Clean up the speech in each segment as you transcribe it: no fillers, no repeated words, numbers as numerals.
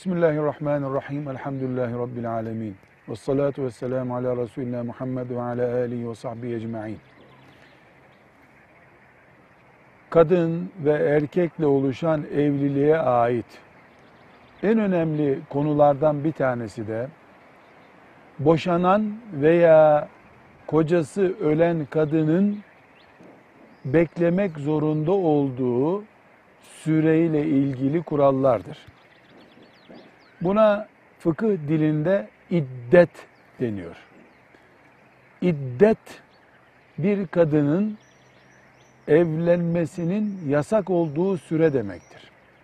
Bismillahirrahmanirrahim. Elhamdülillahi Rabbil alemin. Vessalatu vesselamu ala Resulina Muhammed ve ala alihi ve sahbihi ecma'in. Kadın ve erkekle oluşan evliliğe ait en önemli konulardan bir tanesi de boşanan veya kocası ölen kadının beklemek zorunda olduğu süreyle ilgili kurallardır. Buna fıkıh dilinde iddet deniyor. İddet bir kadının evlenmesinin yasak olduğu süre demektir.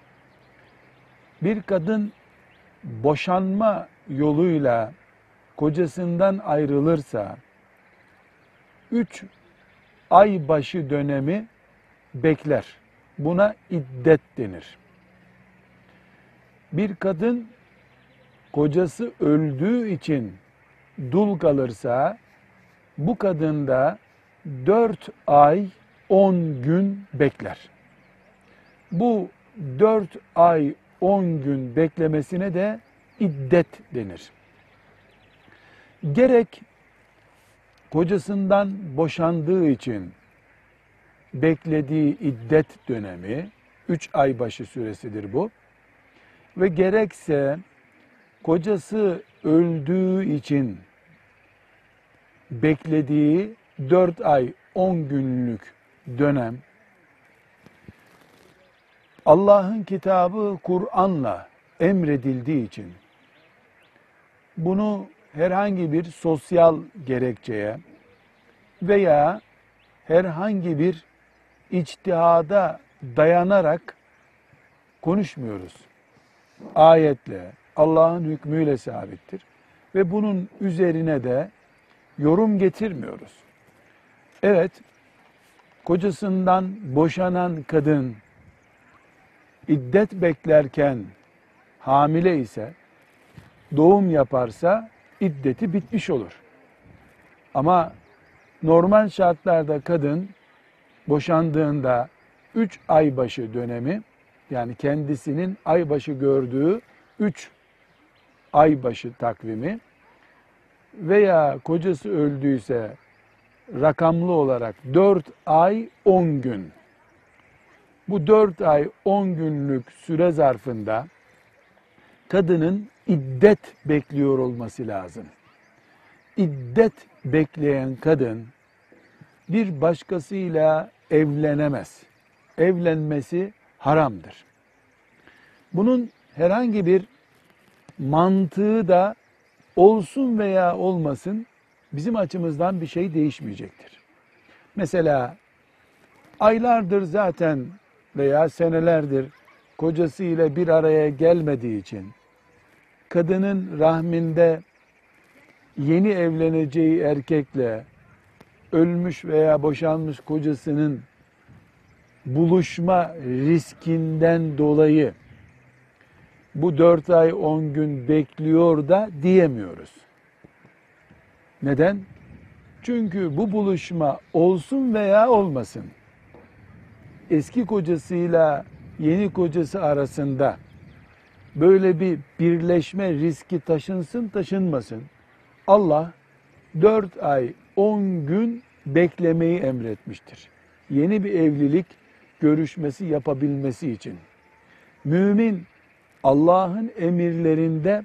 Bir kadın boşanma yoluyla kocasından ayrılırsa 3 ay başı dönemi bekler. Buna iddet denir. Bir kadın kocası öldüğü için dul kalırsa bu kadın da 4 ay 10 gün bekler. Bu 4 ay 10 gün beklemesine de iddet denir. Gerek kocasından boşandığı için beklediği iddet dönemi 3 ay başı süresidir bu. Ve gerekse kocası öldüğü için beklediği 4 ay 10 günlük dönem Allah'ın kitabı Kur'an'la emredildiği için bunu herhangi bir sosyal gerekçeye veya herhangi bir içtihada dayanarak konuşmuyoruz. Ayetle, Allah'ın hükmüyle sabittir. Ve bunun üzerine de yorum getirmiyoruz. Evet, kocasından boşanan kadın iddet beklerken hamile ise, doğum yaparsa iddeti bitmiş olur. Ama normal şartlarda kadın boşandığında 3 ay başı dönemi, yani kendisinin aybaşı gördüğü 3 aybaşı takvimi veya kocası öldüyse rakamlı olarak 4 ay 10 gün. Bu 4 ay 10 günlük süre zarfında kadının iddet bekliyor olması lazım. İddet bekleyen kadın bir başkasıyla evlenemez. Evlenmesi haramdır. Bunun herhangi bir mantığı da olsun veya olmasın bizim açımızdan bir şey değişmeyecektir. Mesela aylardır zaten veya senelerdir kocasıyla bir araya gelmediği için kadının rahminde yeni evleneceği erkekle ölmüş veya boşanmış kocasının buluşma riskinden dolayı bu 4 ay 10 gün bekliyor da diyemiyoruz. Neden? Çünkü bu buluşma olsun veya olmasın, eski kocasıyla yeni kocası arasında böyle bir birleşme riski taşınsın taşınmasın, Allah 4 ay 10 gün beklemeyi emretmiştir. Yeni bir evlilik görüşmesi yapabilmesi için. Mümin Allah'ın emirlerinde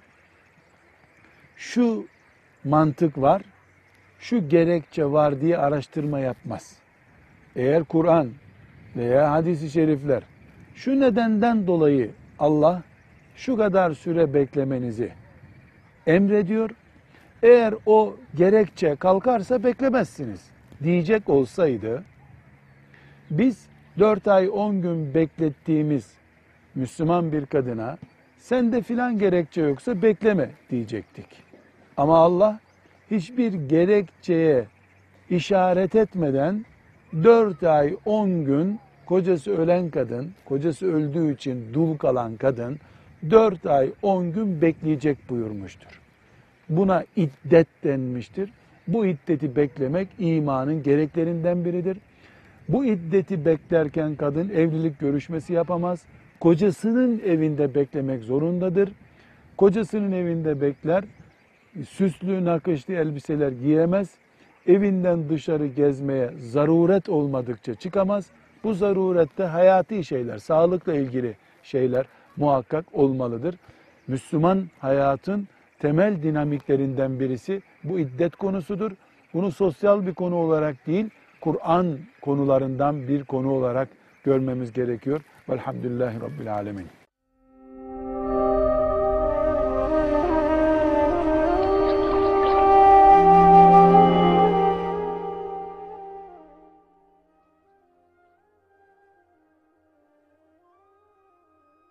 şu mantık var, şu gerekçe var diye araştırma yapmaz. Eğer Kur'an veya hadis-i şerifler şu nedenden dolayı Allah şu kadar süre beklemenizi emrediyor, eğer o gerekçe kalkarsa beklemezsiniz diyecek olsaydı, biz 4 ay 10 gün beklettiğimiz Müslüman bir kadına sende filan gerekçe yoksa bekleme diyecektik. Ama Allah hiçbir gerekçeye işaret etmeden 4 ay 10 gün kocası ölen kadın, kocası öldüğü için dul kalan kadın 4 ay 10 gün bekleyecek buyurmuştur. Buna iddet denmiştir. Bu iddeti beklemek imanın gereklerinden biridir. Bu iddeti beklerken kadın evlilik görüşmesi yapamaz. Kocasının evinde beklemek zorundadır. Kocasının evinde bekler, süslü nakışlı elbiseler giyemez, evinden dışarı gezmeye zaruret olmadıkça çıkamaz. Bu zarurette hayati şeyler, sağlıkla ilgili şeyler muhakkak olmalıdır. Müslüman hayatın temel dinamiklerinden birisi bu iddet konusudur. Bunu sosyal bir konu olarak değil, Kur'an konularından bir konu olarak görmemiz gerekiyor. Velhamdülillahi Rabbil Alemin.